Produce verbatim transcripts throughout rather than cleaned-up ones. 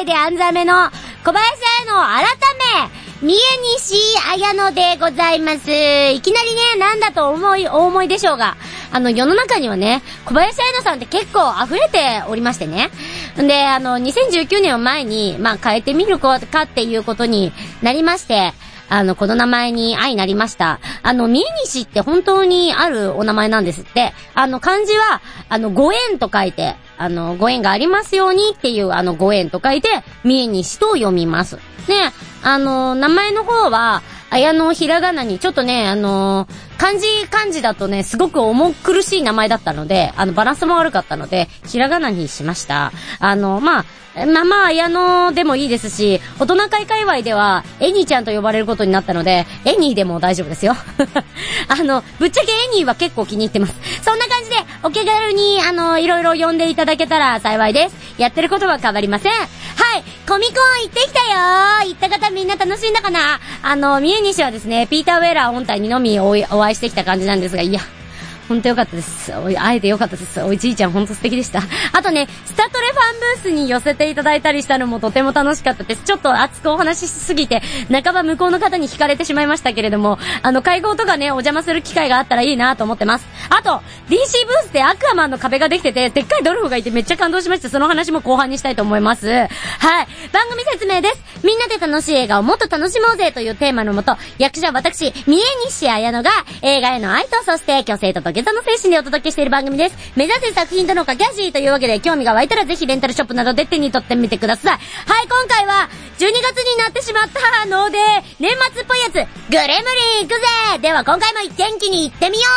いで安座目の小林彩の改め、三重西彩乃でございます。いきなりね、なんだと思い、お思いでしょうが、あの、世の中にはね、小林彩乃さんって結構溢れておりましてね。で、あの、にせんじゅうきゅうねんを前に、まあ、変えてみるかっていうことになりまして、あの、この名前に愛なりました。あの、三重西って本当にあるお名前なんですって。あの、漢字は、あの、ご縁と書いて、あの、ご縁がありますようにっていう、あの、ご縁と書いて、三重西と読みます。ね、あの、名前の方は、綾のひらがなに、ちょっとね、あの、漢字漢字だとね、すごく重苦しい名前だったので、あの、バランスも悪かったので、ひらがなにしました。あの、まあ、まあまあ、綾野でもいいですし、大人会界隈では、エニーちゃんと呼ばれることになったので、エニーでも大丈夫ですよ。あの、ぶっちゃけエニーは結構気に入ってます。そんな感じで、お気軽に、あの、いろいろ呼んでいただけたら幸いです。やってることは変わりません。はい、コミコン行ってきたよー。行った方みんな楽しんだかな。あの、三重西はですね、ピーター・ウェラー本体にのみお、お会いしてきた感じなんですが、いや、ほんとよかったです。おい、会えてよかったです。おい、じいちゃんほんと素敵でした。あとね、スタトレファンブースに寄せていただいたりしたのもとても楽しかったです。ちょっと熱くお話ししすぎて、半ば向こうの方に惹かれてしまいましたけれども、あの、会合とかね、お邪魔する機会があったらいいなと思ってます。あと、ディーシー ブースでアクアマンの壁ができてて、でっかいドルフがいてめっちゃ感動しまして、その話も後半にしたいと思います。はい。番組説明です。みんなで楽しい映画をもっと楽しもうぜというテーマのもと、役者私、三重西彩乃が映画への愛と、そして虚勢と土下座の精神でお届けしている番組です。目指せ作品との架け橋というわけで、興味が湧いたらぜひレンタルショップなどで手に取ってみてください。はい、今回はじゅうにがつになってしまったので、年末っぽいやつ、グレムリン行くぜ。では今回も元気に行ってみよ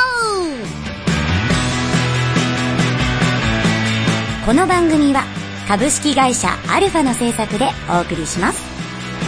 う。この番組は株式会社アルファの制作でお送りします。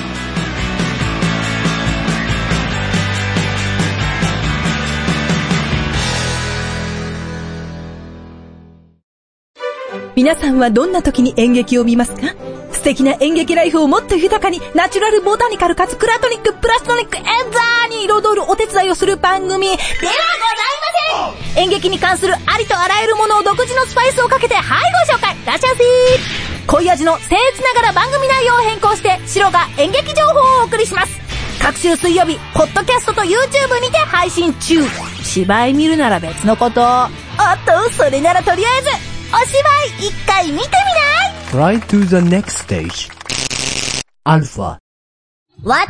皆さんはどんな時に演劇を見ますか？素敵な演劇ライフをもっと豊かに、ナチュラルボタニカルかつクラトニックプラストニックエンザーに彩るお手伝いをする番組ではございません。演劇に関するありとあらゆるものを独自のスパイスをかけて、はい、ご紹介。らっしゃいませ。濃い味の僭越ながら番組内容を変更して、白が演劇情報をお送りします。各週水曜日、ポッドキャストと YouTube にて配信中。芝居見るなら別のこと。おっと、それならとりあえずお芝居一回見てみない？ Right to the next stage. Alpha. 私のレ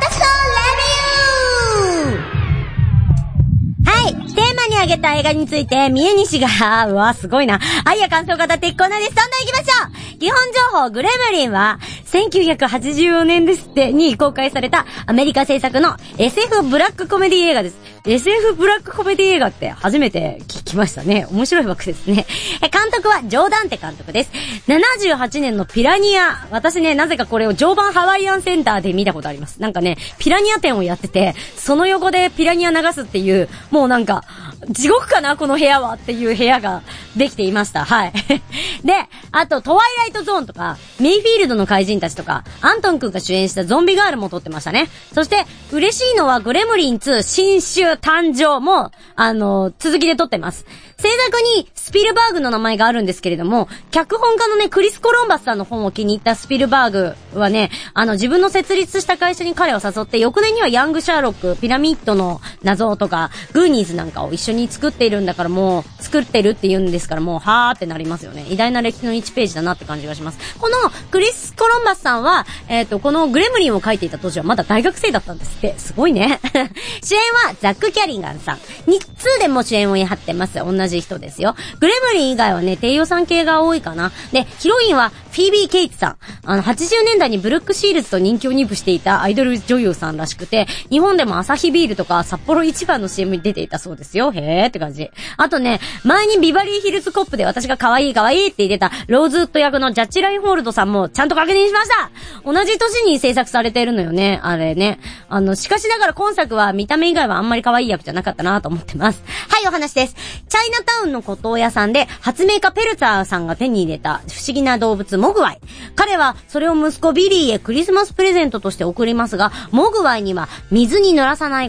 ビュー。はい、テーマに挙げた映画について三重西が、うわすごいな、愛や感想を語っていくコーナーです。どんどん行きましょう。基本情報、グレムリンはせんきゅうひゃくはちじゅうよねんですってに公開されたアメリカ制作の エスエフ ブラックコメディ映画です。エスエフ ブラックコメディ映画って初めて聞きましたね。面白い枠ですね。監督はジョーダンテ監督です。ななじゅうはちねんのピラニア。私ね、なぜかこれを常磐ハワイアンセンターで見たことあります。なんかね、ピラニア展をやってて、その横でピラニア流すっていう、もうなんか、地獄かなこの部屋はっていう部屋ができていました。はい。で、あと、トワイライトゾーンとか、メイフィールドの怪人たちとか、アントン君が主演したゾンビガールも撮ってましたね。そして、嬉しいのはグレムリンツー新種誕生も、あの、続きで撮ってます。制作にスピルバーグの名前があるんですけれども、脚本家のね、クリス・コロンバスさんの本を気に入ったスピルバーグはね、あの、自分の設立した会社に彼を誘って、翌年にはヤング・シャーロック、ピラミッドの謎とか、グーニーズなんかを一緒に作っているんだから、もう、作ってるって言うんですから、もう、はーってなりますよね。偉大な歴史のいちページだなって感じがします。この、クリス・コロンバスさんは、えっと、このグレムリンを書いていた当時はまだ大学生だったんですって。すごいね。主演はザック・キャリガンさん。に通でも主演をやってます。同じ人ですよ。グレムリン以外はね、低予算系が多いかな。で、ヒロインはフィービー・ケイツさん。あの、はちじゅうねんだいにブルックシールズと人気を二分していたアイドル女優さんらしくて、日本でもアサヒビールとか札幌一番の シーエム に出ていたそうですよ。へーって感じ。あとね、前にビバリーヒルズコップで私が可愛い可愛いって言ってたローズウッド役のジャッジラインホールドさんもちゃんと確認しました。同じ年に制作されているのよね、あれね。あの、しかしながら今作は見た目以外はあんまり可愛い役じゃなかったなと思ってます。はい、お話です。チャイナタウンの骨董屋さんで発明家ペルツァーさんが手に入れた不思議な動物モグワイ。彼はそれを息子ビリーへクリスマスプレゼントとして送りますが、モグワイには水に濡らさないこと、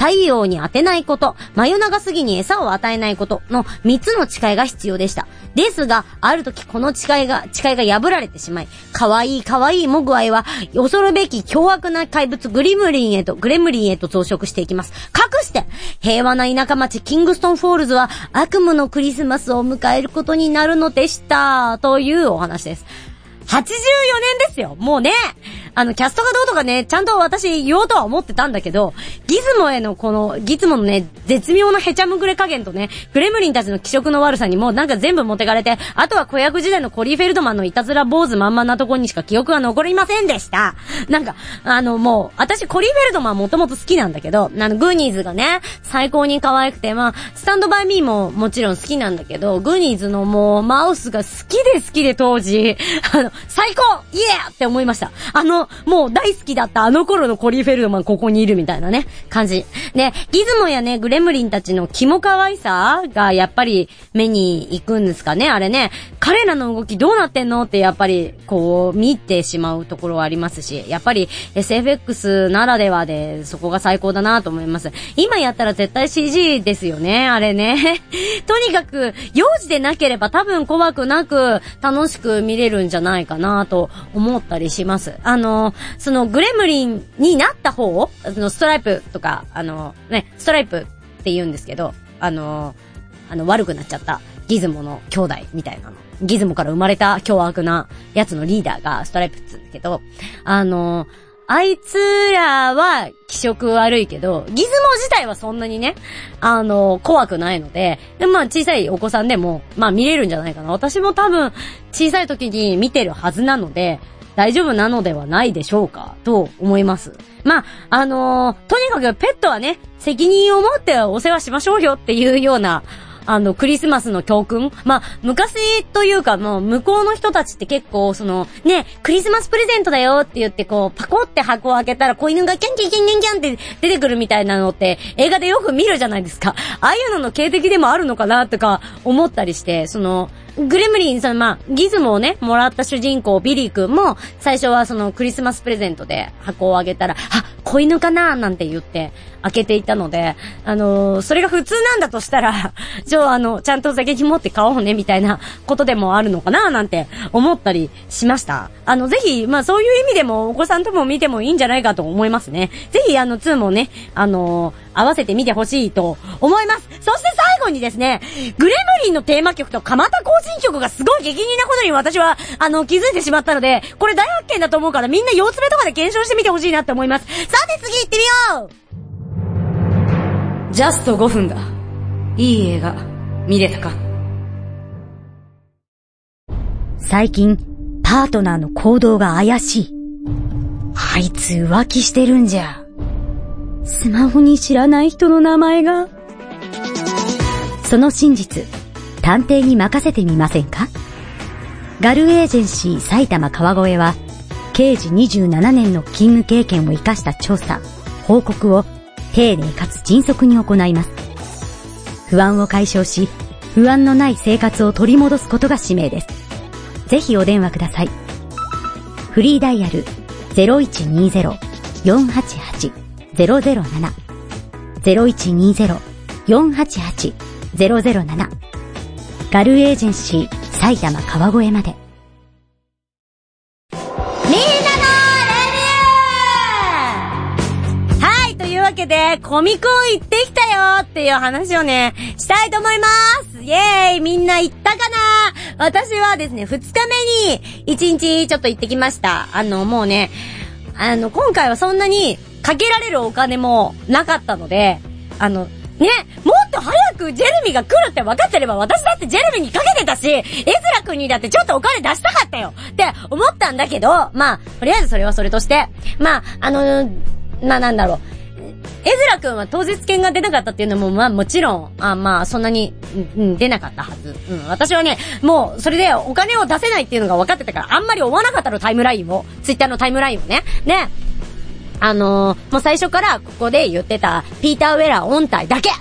太陽に当てないこと、真夜長すぎに餌を与えないことのみっつの誓いが必要でした。ですが、ある時この誓いが、誓いが破られてしまい、可愛い可愛いモグアイは、恐るべき凶悪な怪物グリムリンへと、グレムリンへと増殖していきます。かくして、平和な田舎町キングストンフォールズは悪夢のクリスマスを迎えることになるのでした。というお話です。はちじゅうよねんですよ。もうね、あの、キャストがどうとかね、ちゃんと私言おうとは思ってたんだけど、ギズモへのこの、ギズモのね、絶妙なヘチャムグレ加減とね、グレムリンたちの気色の悪さにもうなんか全部持ってかれて、あとは子役時代のコリー・フェルドマンのいたずら坊主まんまなところにしか記憶が残りませんでした。なんか、あのもう、私コリー・フェルドマンもともと好きなんだけど、あの、グーニーズがね、最高に可愛くて、まあ、スタンドバイミーももちろん好きなんだけど、グーニーズのもう、マウスが好きで好きで当時、あの、最高イエーって思いました。あの、もう大好きだったあの頃のコリー・フェルドマンここにいるみたいなね、感じ。で、ギズモやね、グレムリンたちのキモ可愛さがやっぱり目に行くんですかね、あれね。彼らの動きどうなってんのってやっぱりこう見てしまうところはありますし、やっぱり エスエフエックス ならではでそこが最高だなと思います。今やったら絶対 シージー ですよね、あれね。とにかく幼児でなければ多分怖くなく楽しく見れるんじゃないかなと思ったりします。あの、そのグレムリンになった方、あのストライプとか、あのね、ストライプって言うんですけど、あの、あの悪くなっちゃったギズモの兄弟みたいなの。ギズモから生まれた凶悪なやつのリーダーがストライプって言うんだけど、あの、あいつらは気色悪いけど、ギズモ自体はそんなにね、あの、怖くないので、でまあ小さいお子さんでも、まあ見れるんじゃないかな。私も多分小さい時に見てるはずなので、大丈夫なのではないでしょうか、と思います。まあ、あのー、とにかくペットはね、責任を持ってお世話しましょうよっていうような、あの、クリスマスの教訓。まあ、昔というか、もう、向こうの人たちって結構、その、ね、クリスマスプレゼントだよって言って、こう、パコって箱を開けたら、子犬がキャンキャンキャンキャンキャンって出てくるみたいなのって、映画でよく見るじゃないですか。ああいうのの形跡でもあるのかな、とか、思ったりして、その、グレムリンさん、まあ、ギズモをね、もらった主人公、ビリー君も、最初はその、クリスマスプレゼントで箱を開けたら、あ、子犬かななんて言って、開けていたので、あのー、それが普通なんだとしたら、じゃあ、あの、ちゃんと責任持って買おうね、みたいなことでもあるのかななんて思ったりしました。あの、ぜひ、まあ、そういう意味でも、お子さんとも見てもいいんじゃないかと思いますね。ぜひ、あの、ツーもね、あのー、合わせてみてほしいと思います。そして最後にですね、グレムリンのテーマ曲と蒲田行進曲がすごい激似なことに私は、あの、気づいてしまったので、これ大発見だと思うからみんな腰つべとかで検証してみてほしいなって思います。さて次行ってみよう。ジャストごふんだ。いい映画、見れたか？最近、パートナーの行動が怪しい。あいつ浮気してるんじゃ。スマホに知らない人の名前が。その真実、探偵に任せてみませんか？ガルエージェンシー埼玉川越は、刑事にじゅうななねんの勤務経験を生かした調査、報告を丁寧かつ迅速に行います。不安を解消し、不安のない生活を取り戻すことが使命です。ぜひお電話ください。フリーダイヤル ゼロいちにゼロ よんはちはち ゼロゼロなな ゼロいちにゼロ よんはちはち ゼロゼロなな ガルエージェンシー埼玉川越まで。みんなのレビュー！はい、というわけでコミコン行ってきたよっていう話をねしたいと思います。イエーイ、みんな行ったかな？私はですね、二日目に一日ちょっと行ってきました。あのもうね、あの今回はそんなにかけられるお金もなかったので、あのね、もっと早くジェレミが来るって分かってれば私だってジェレミにかけてたし、エズラ君にだってちょっとお金出したかったよって思ったんだけど、まあとりあえずそれはそれとして、まああのまあなんだろう、エズラ君は当日券が出なかったっていうのもまあもちろん、あまあそんなに、うん、出なかったはず。うん、私はね、もうそれでお金を出せないっていうのが分かってたからあんまり追わなかったの、タイムラインを、ツイッターのタイムラインをね。ね。あのー、もう最初からここで言ってたピーター・ウェラー音体だけ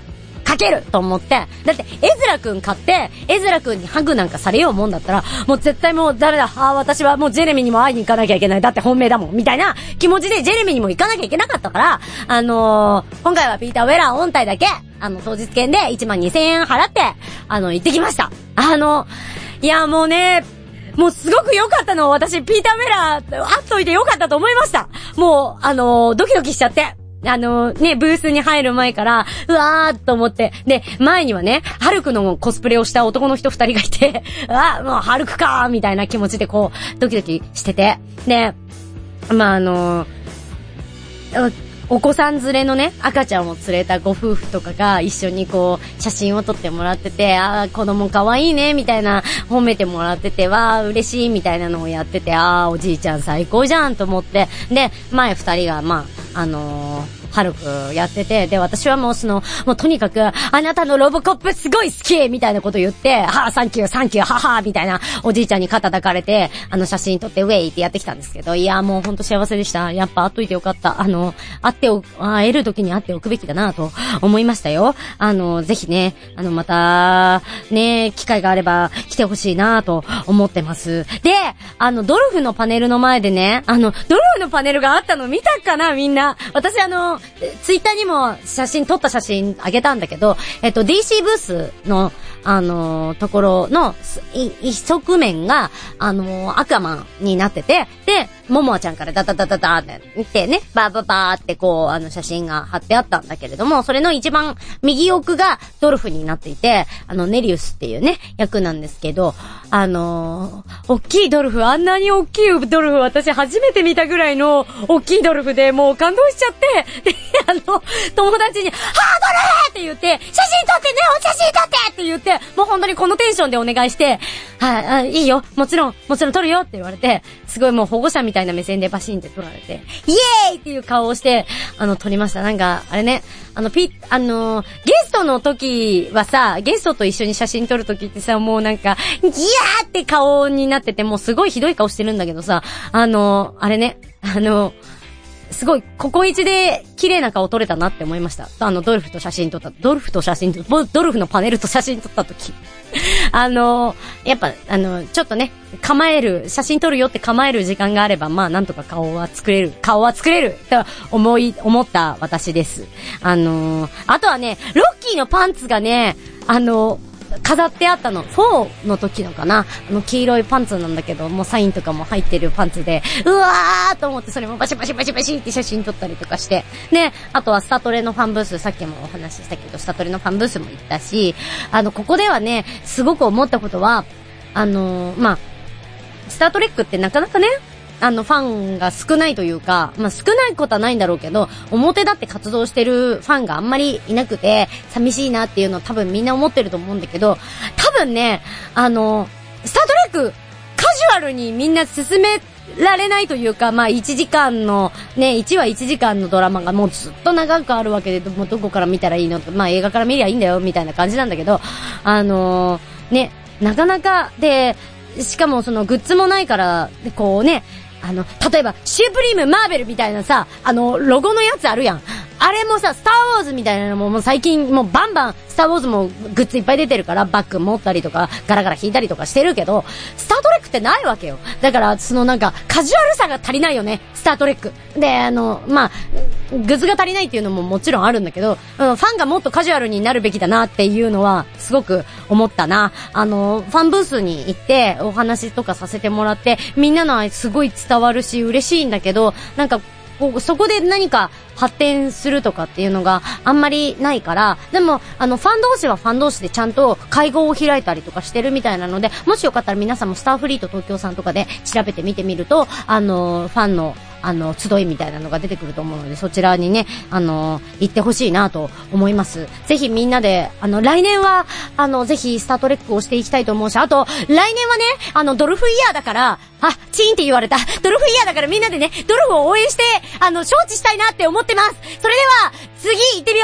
かけると思って、だってエズラくん買ってエズラくんにハグなんかされようもんだったら、もう絶対もう誰だ、ああ私はもうジェレミーにも会いに行かなきゃいけない、だって本命だもんみたいな気持ちでジェレミーにも行かなきゃいけなかったから、あのー、今回はピーター・ウェラー音体だけあの当日券でいちまんにせんえん払ってあの行ってきました。あのいやもうね、もうすごく良かったの。私ピーター・ウェラー会っといて良かったと思いました。もうあのー、ドキドキしちゃって、あのね、ブースに入る前から、うわーっと思って。で、前にはね、ハルクのコスプレをした男の人二人がいて、うわー、もうハルクかーみたいな気持ちでこう、ドキドキしてて。で、まあ、あのー、お子さん連れのね、赤ちゃんを連れたご夫婦とかが一緒にこう、写真を撮ってもらってて、あー、子供可愛いね、みたいな、褒めてもらってて、わー、嬉しい、みたいなのをやってて、あー、おじいちゃん最高じゃん、と思って。で、前二人が、まあ、あのー、ハルクやってて、で、私はもうその、もうとにかく、あなたのロボコップすごい好きみたいなこと言って、はぁ、サンキュー、サンキュー、ははーみたいな、おじいちゃんに肩抱かれて、あの写真撮ってウェイってやってきたんですけど、いや、もうほんと幸せでした。やっぱ会っといてよかった。あの、会ってお、会える時に会っておくべきだなと思いましたよ。あの、ぜひね、あの、また、ね、機会があれば来てほしいなと思ってます。で、あの、ドルフのパネルの前でね、あの、ドルフのパネルがあったの見たかなみんな。私あの、ツイッターにも写真、撮った写真あげたんだけど、えっと、ディーシー ブースの、あのー、ところの、一側面が、あのー、アクアマンになってて、で、モモアちゃんからダダダダダって見てね、バーバーバーってこう、あの写真が貼ってあったんだけれども、それの一番右奥がドルフになっていて、あの、ネリウスっていうね、役なんですけど、あのー、大きいドルフ、あんなに大きいドルフ、私初めて見たぐらいの大きいドルフでもう感動しちゃって、で、あの、友達に、はぁ、ドルフって言って、写真撮ってね、写真撮ってって言って、もう本当にこのテンションでお願いして、はい、あ、いいよ、もちろん、もちろん撮るよって言われて、すごいもう保護者みたいな目線でバシンって撮られて、イエーイっていう顔をして、あの、撮りました。なんか、あれね、あの、ピ、あの、ゲストの時はさ、ゲストと一緒に写真撮る時ってさ、もうなんか、ギヤーって顔になってて、もうすごいひどい顔してるんだけどさ、あの、あれね、あの、すごい、ココイチで綺麗な顔撮れたなって思いました。あの、ドルフと写真撮った、ドルフと写真撮った、ドルフのパネルと写真撮った時。あの、やっぱ、あの、ちょっとね、構える、写真撮るよって構える時間があれば、まあ、なんとか顔は作れる、顔は作れる、と思い、思った私です。あの、あとはね、ロッキーのパンツがね、あの、飾ってあったの、フォーの時のかな、あの黄色いパンツなんだけど、もうサインとかも入ってるパンツで、うわーと思ってそれもバシバシバシバシって写真撮ったりとかして、で、あとはスタトレのファンブース、さっきもお話ししたけど、スタトレのファンブースも行ったし、あの、ここではね、すごく思ったことは、あのー、まあ、スタートレックってなかなかね、あの、ファンが少ないというか、まあ、少ないことはないんだろうけど、表立って活動してるファンがあんまりいなくて、寂しいなっていうのを多分みんな思ってると思うんだけど、多分ね、あの、スタートレック、カジュアルにみんな進められないというか、まあ、いちじかんの、ね、いちわいちじかんのドラマがもうずっと長くあるわけで、もうどこから見たらいいのとか、まあ、映画から見りゃいいんだよ、みたいな感じなんだけど、あのー、ね、なかなか、で、しかもそのグッズもないから、で、こうね、あの、例えば、シュープリーム、マーベルみたいなさ、あの、ロゴのやつあるやん。あれもさ、スターウォーズみたいなのも、もう最近、もうバンバン、スターウォーズもグッズいっぱい出てるから、バッグ持ったりとか、ガラガラ引いたりとかしてるけど、スタートレックってないわけよ。だから、そのなんか、カジュアルさが足りないよね、スタートレック。で、あの、まあ、グッズが足りないっていうのももちろんあるんだけど、うん、ファンがもっとカジュアルになるべきだなっていうのは、すごく思ったな。あの、ファンブースに行って、お話とかさせてもらって、みんなの愛すごい伝わるし、嬉しいんだけど、なんか、そこで何か発展するとかっていうのがあんまりないから、でもあのファン同士はファン同士でちゃんと会合を開いたりとかしてるみたいなので、もしよかったら皆さんもスターフリート東京さんとかで調べてみてみると、あのファンのあの集いみたいなのが出てくると思うので、そちらにね、あの行ってほしいなと思います。ぜひみんなで、あの来年はあのぜひスタートレックをしていきたいと思うし、あと来年はね、あのドルフイヤーだから、あ、チーンって言われた。ドルフイヤーだからみんなでね、ドルフを応援して、あの、招致したいなって思ってます。それでは、次行ってみよ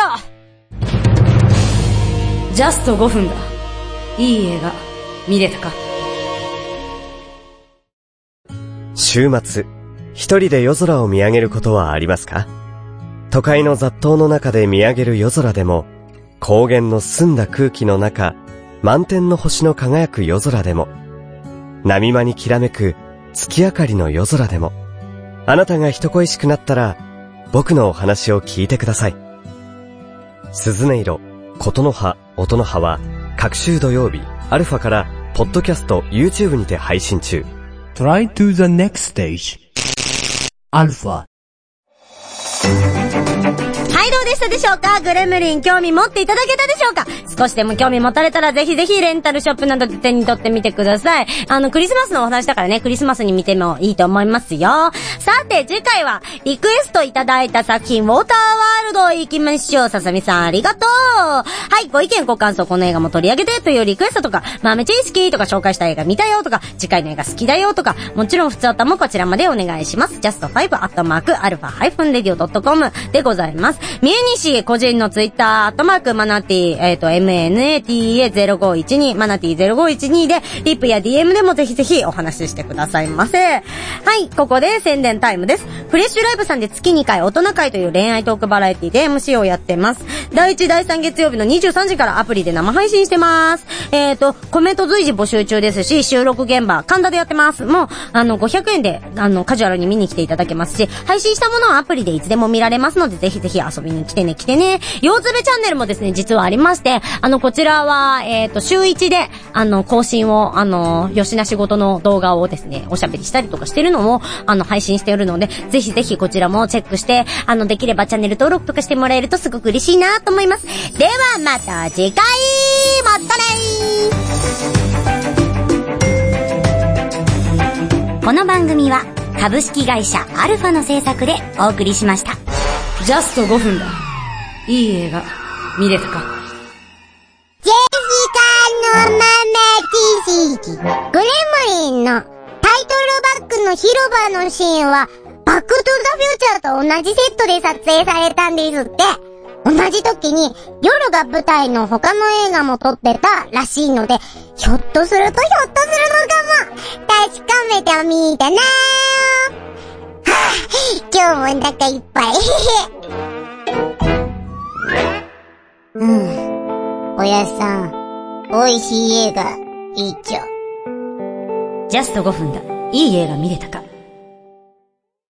う。ジャストごふんだ。いい映画、見れたか？ 週末、一人で夜空を見上げることはありますか？都会の雑踏の中で見上げる夜空でも、 高原の澄んだ空気の中、満天の星の輝く夜空でも、波間にきらめく月明かりの夜空でも、あなたが人恋しくなったら、僕のお話を聞いてください。鈴音色、琴の葉、音の葉は、各週土曜日、アルファから、ポッドキャスト、YouTube にて配信中。 Try to the next stage. Alpha. はい、どうでしたでしょうか？グレムリン興味持っていただけたでしょうか？少しでも興味持たれたらぜひぜひレンタルショップなどで手に取ってみてください。あの、クリスマスのお話だからね、クリスマスに見てもいいと思いますよ。さて、次回はリクエストいただいた作品、ウォーターワールド行きましょう。ささみさんありがとう。はい、ご意見ご感想、この映画も取り上げてというリクエストとか、まあめっちゃ好きとか紹介した映画見たよとか、次回の映画好きだよとか、もちろん普通歌もこちらまでお願いします。ジャストファイブアットマークアルファハイフンレディオドットコム でございます。三重西個人のツイッター、アットマークマナティ、えっと、エムエヌエーティーエーゼロごいちに、マナティゼロごいちにで、リップや ディーエム でもぜひぜひお話ししてくださいませ。はい、ここで宣伝タイムです。フレッシュライブさんで月にかい大人会という恋愛トークバラエティで エムシー をやってます。だいいち、だいさん月曜日のにじゅうさんじからアプリで生配信してます。えっと、コメント随時募集中ですし、収録現場、神田でやってます。もう、あの、ごひゃくえんで、あの、カジュアルに見に来ていただけますし、配信したものはアプリでいつでも見られますので、ぜひぜひ遊びに来てね、来てね。ようつべチャンネルもですね、実はありまして、あの、こちらは、えっと、週いちで、あの、更新を、あの、よしな仕事の動画をですね、おしゃべりしたりとかしてるのを、あの、配信しているので、ぜひぜひこちらもチェックして、あの、できればチャンネル登録とかしてもらえるとすごく嬉しいなと思います。では、また次回またねー。この番組は、株式会社アルファの制作でお送りしました。 ジャストごふんだ。いい映画、見れたか？ ジェシカの豆知識。グレムリンのタイトルバックの広場のシーンは、バックトゥザフューチャーと同じセットで撮影されたんですって。同じ時に夜が舞台の他の映画も撮ってたらしいので、ひょっとするとひょっとするのかも。確かめてみてねー。はぁ、今日もお腹いっぱい。うん。おやさん、美味しい映画、いいっちょ。 ジャストごふんだ。いい映画見れたか？